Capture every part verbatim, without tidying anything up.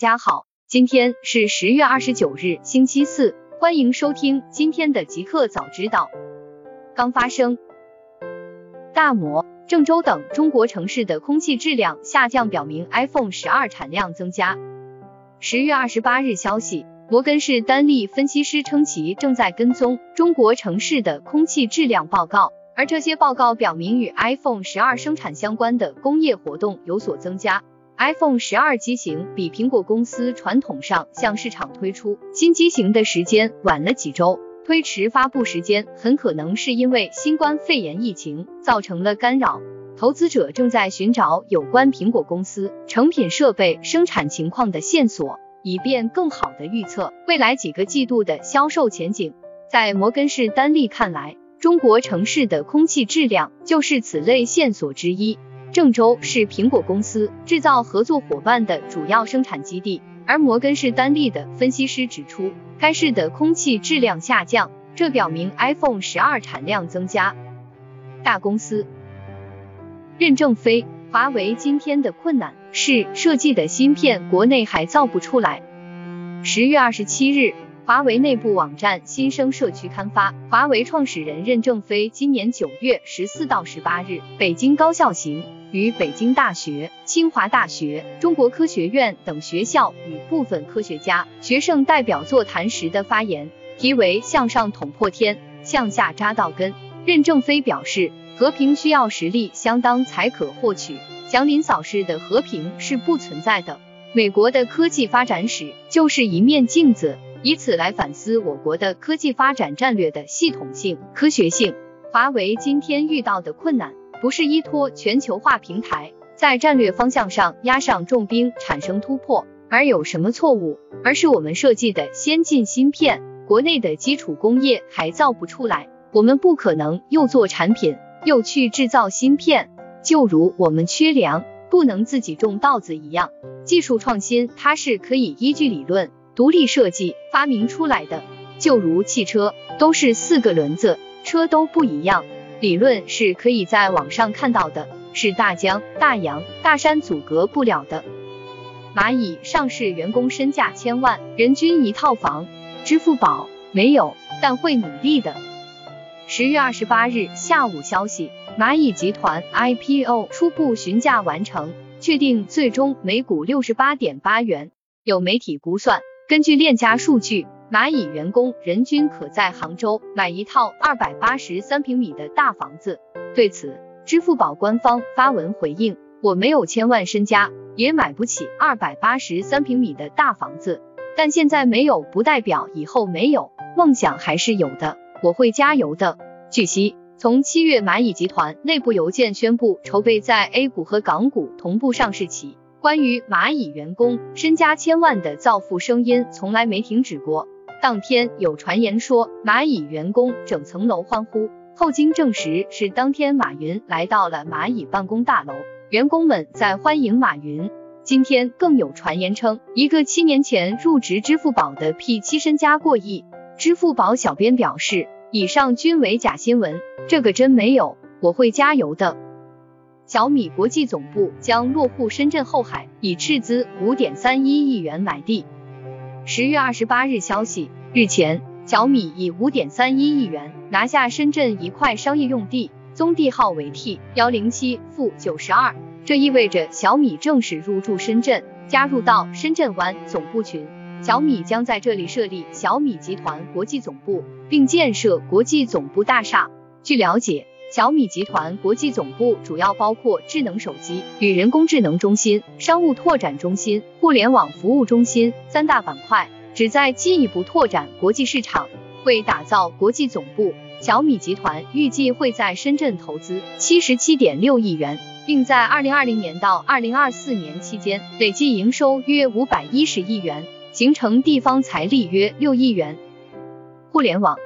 大家好，今天是十月二十九日，星期四，欢迎收听今天的极客早知道。刚发生，大摩、郑州等中国城市的空气质量下降，表明 iPhone 十二产量增加。十月二十八日消息，摩根士丹利分析师称其正在跟踪中国城市的空气质量报告，而这些报告表明与 iPhone 十二生产相关的工业活动有所增加。iPhone 十二机型比苹果公司传统上向市场推出新机型的时间晚了几周，推迟发布时间很可能是因为新冠肺炎疫情造成了干扰。投资者正在寻找有关苹果公司成品设备生产情况的线索，以便更好地预测未来几个季度的销售前景。在摩根士丹利看来，中国城市的空气质量就是此类线索之一。郑州是苹果公司制造合作伙伴的主要生产基地，而摩根士丹利的分析师指出，该市的空气质量下降，这表明 iPhone 十二产量增加。大公司，任正非，华为今天的困难是设计的芯片国内还造不出来。十月二十七日，华为内部网站新生社区刊发，华为创始人任正非今年九月十四到十八日北京高校行与北京大学、清华大学、中国科学院等学校与部分科学家、学生代表座谈时的发言，题为向上捅破天，向下扎到根。任正非表示，和平需要实力相当才可获取，祥林嫂式的和平是不存在的。美国的科技发展史就是一面镜子，以此来反思我国的科技发展战略的系统性、科学性。华为今天遇到的困难，不是依托全球化平台在战略方向上压上重兵产生突破，而有什么错误，而是我们设计的先进芯片，国内的基础工业还造不出来，我们不可能又做产品又去制造芯片，就如我们缺粮不能自己种稻子一样。技术创新它是可以依据理论独立设计发明出来的，就如汽车都是四个轮子，车都不一样，理论是可以在网上看到的，是大江、大洋、大山阻隔不了的。蚂蚁上市员工身价千万，人均一套房，支付宝没有，但会努力的。十月二十八日下午消息，蚂蚁集团 I P O 初步询价完成，确定最终每股 六十八点八元。有媒体估算，根据链家数据，蚂蚁员工人均可在杭州买一套二百八十三平米的大房子。对此，支付宝官方发文回应，我没有千万身家，也买不起二百八十三平米的大房子，但现在没有不代表以后没有，梦想还是有的，我会加油的。据悉，从七月蚂蚁集团内部邮件宣布筹备在 A 股和港股同步上市起，关于蚂蚁员工身家千万的造富声音从来没停止过。当天有传言说蚂蚁员工整层楼欢呼，后经证实是当天马云来到了蚂蚁办公大楼，员工们在欢迎马云。今天更有传言称，一个七年前入职支付宝的 P 七 身家过亿。支付宝小编表示，以上均为假新闻，这个真没有，我会加油的。小米国际总部将落户深圳后海，以斥资 五点三一亿元买地。十月二十八日消息，日前，小米以 五点三一亿元拿下深圳一块商业用地，宗地号为 T 一零七九二， 这意味着小米正式入驻深圳，加入到深圳湾总部群。小米将在这里设立小米集团国际总部，并建设国际总部大厦。据了解，小米集团国际总部主要包括智能手机与人工智能中心、商务拓展中心、互联网服务中心三大板块，旨在进一步拓展国际市场。为打造国际总部，小米集团预计会在深圳投资 七十七点六亿元，并在二零二零年到二零二四年期间累计营收约五百一十亿元，形成地方财力约六亿元。互联网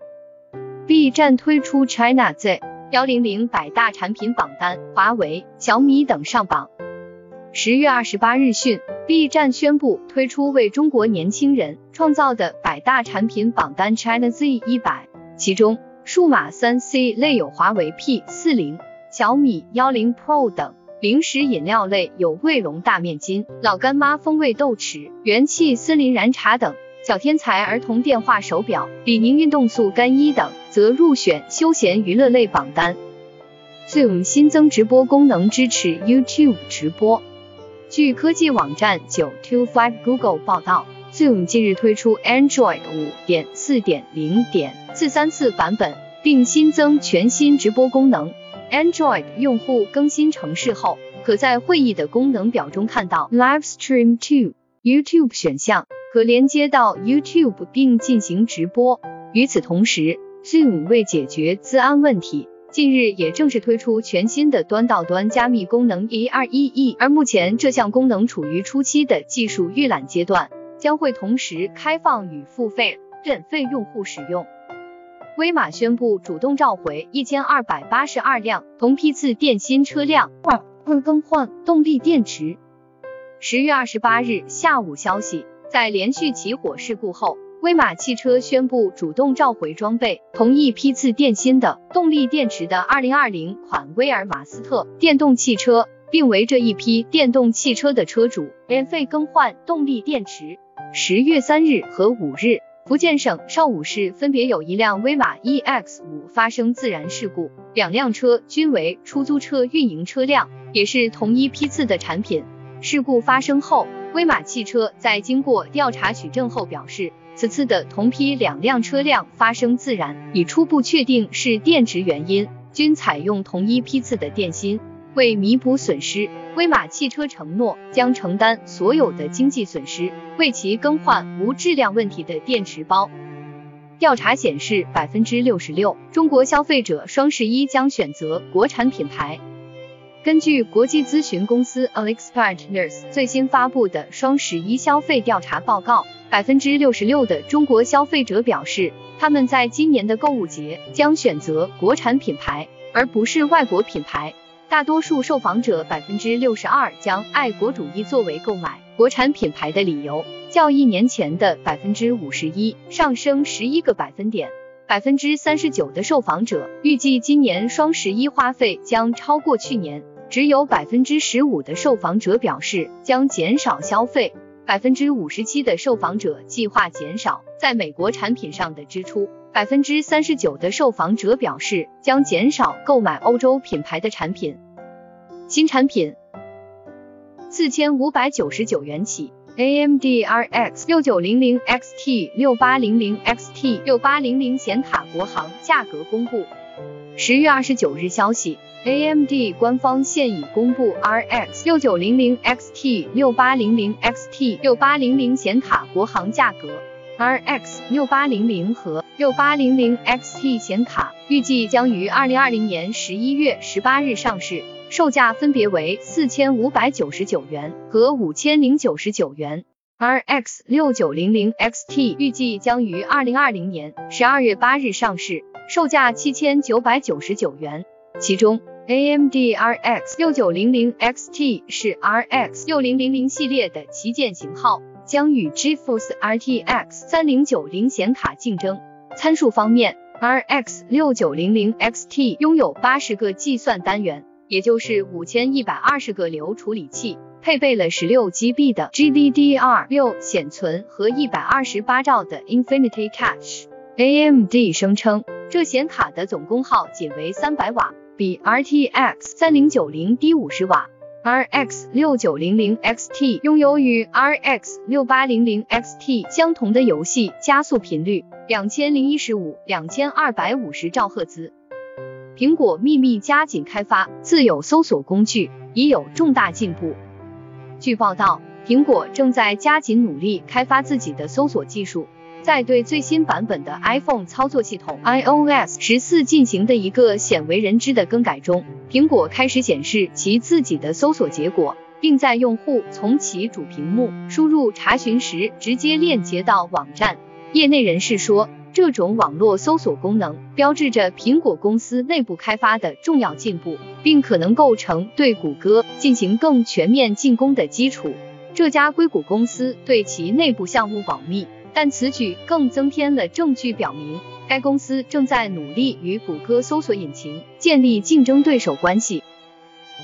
B 站推出 China Z 一百百大产品榜单，华为、小米等上榜。十月二十八日讯， B 站宣布推出为中国年轻人创造的百大产品榜单 China Z 一百，其中数码 三 C 类有华为 P 四十、小米十 Pro 等， 零食饮料类有卫龙大面筋、老干妈风味豆豉、元气森林燃茶等。小天才儿童电话手表、李宁运动速干衣等则入选休闲娱乐类榜单。Zoom 新增直播功能，支持 YouTube 直播。据科技网站九 二五 Google 报道， Zoom 近日推出 Android 五点四点零点四三四 版本，并新增全新直播功能。Android 用户更新程式后，可在会议的功能表中看到 Livestream to YouTube 选项，可连接到 YouTube 并进行直播。与此同时， Zoom 为解决资安问题，近日也正式推出全新的端到端加密功能 E R E E， 而目前这项功能处于初期的技术预览阶段，将会同时开放与付费、免费用户使用。威马宣布主动召回一千二百八十二辆同批次电新车辆，二更换动力电池。十月二十八日下午消息，在连续起火事故后，威马汽车宣布主动召回装备同一批次电新的动力电池的二零二零款威尔马斯特电动汽车，并为这一批电动汽车的车主免费更换动力电池。十月三日和五日，福建省邵武市分别有一辆威马 E X 五 发生自燃事故，两辆车均为出租车运营车辆，也是同一批次的产品。事故发生后，威马汽车在经过调查取证后表示，此次的同批两辆车辆发生自燃，已初步确定是电池原因，均采用同一批次的电芯。为弥补损失，威马汽车承诺将承担所有的经济损失，为其更换无质量问题的电池包。调查显示 百分之六十六 中国消费者双十一将选择国产品牌。根据国际咨询公司 AlixPartners 最新发布的双十一消费调查报告， 百分之六十六 的中国消费者表示，他们在今年的购物节将选择国产品牌，而不是外国品牌。大多数受访者 百分之六十二 将爱国主义作为购买国产品牌的理由，较一年前的 百分之五十一 上升十一个百分点。百分之三十九 的受访者预计今年双十一花费将超过去年，只有 百分之十五 的受访者表示将减少消费， 百分之五十七 的受访者计划减少在美国产品上的支出， 百分之三十九 的受访者表示将减少购买欧洲品牌的产品。新产品四千五百九十九元起 A M D R X 六九零零 X T 六八零零 X T 六八零零显卡国行价格公布。十月二十九日消息， A M D 官方现已公布 R X 六九零零 X T 六八零零 X T 六八零零显卡国行价格。 R X 六八零零和六八零零 X T 显卡预计将于二零二零年十一月十八日上市，售价分别为四千五百九十九元和五千零九十九元。R X 六九零零 X T 预计将于二零二零年十二月八日上市，售价七千九百九十九元。其中 A M D R X 六九零零 X T 是 R X 六零零零系列的旗舰型号，将与 GeForce R T X 三零九零显卡竞争。参数方面， R X 六九零零 X T 拥有八十个计算单元，也就是五千一百二十个流处理器，配备了 十六 G B 的 G D D R 六 显存和一百二十八兆的 Infinity Cache。A M D 声称，这显卡的总功耗仅为三百瓦，比 R T X 三零九零低五十瓦。R X 六九零零 X T 拥有与 R X 六八零零 X T 相同的游戏加速频率两千零一十五、两千二百五十兆赫兹。苹果秘密加紧开发自有搜索工具，已有重大进步。据报道，苹果正在加紧努力开发自己的搜索技术。在对最新版本的 iPhone 操作系统 i O S 十四 进行的一个鲜为人知的更改中，苹果开始显示其自己的搜索结果，并在用户从其主屏幕输入查询时直接链接到网站。业内人士说，这种网络搜索功能标志着苹果公司内部开发的重要进步，并可能构成对谷歌进行更全面进攻的基础。这家硅谷公司对其内部项目保密，但此举更增添了证据表明，该公司正在努力与谷歌搜索引擎建立竞争对手关系。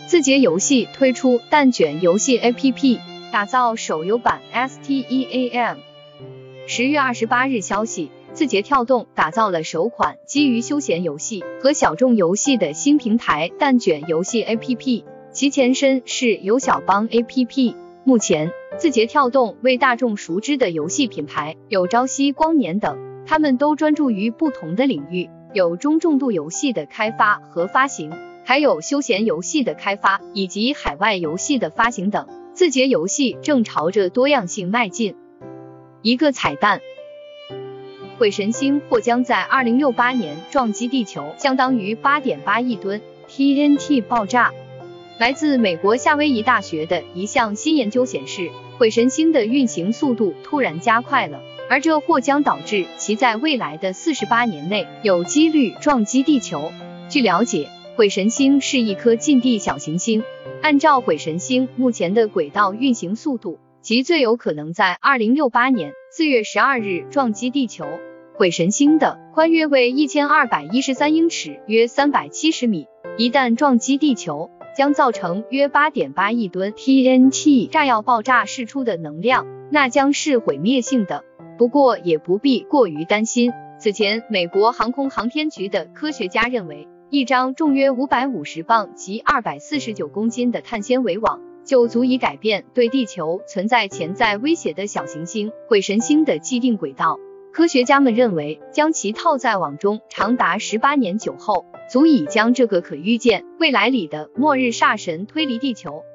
字节游戏推出蛋卷游戏 A P P， 打造手游版 S T E A M。十月二十八日消息，字节跳动打造了首款基于休闲游戏和小众游戏的新平台蛋卷游戏 A P P， 其前身是游小帮 A P P。目前，字节跳动为大众熟知的游戏品牌有朝夕光年等，他们都专注于不同的领域，有中重度游戏的开发和发行，还有休闲游戏的开发以及海外游戏的发行等。字节游戏正朝着多样性迈进。一个彩蛋，鬼神星或将在二零六八年撞击地球，相当于 八点八亿吨 T N T 爆炸。来自美国夏威夷大学的一项新研究显示，鬼神星的运行速度突然加快了，而这或将导致其在未来的四十八年内有几率撞击地球。据了解，鬼神星是一颗近地小行星，按照鬼神星目前的轨道运行速度，其最有可能在二零六八年四月十二日撞击地球。鬼神星的宽约为一千二百一十三英尺，约三百七十米，一旦撞击地球，将造成约 八点八亿吨 T N T 炸药爆炸释出的能量，那将是毁灭性的。不过也不必过于担心，此前美国航空航天局的科学家认为，一张重约五百五十磅及二百四十九公斤的碳纤维网就足以改变对地球存在潜在威胁的小行星鬼神星的既定轨道。科学家们认为，将其套在网中长达十八年久后，足以将这个可预见未来里的末日煞神推离地球。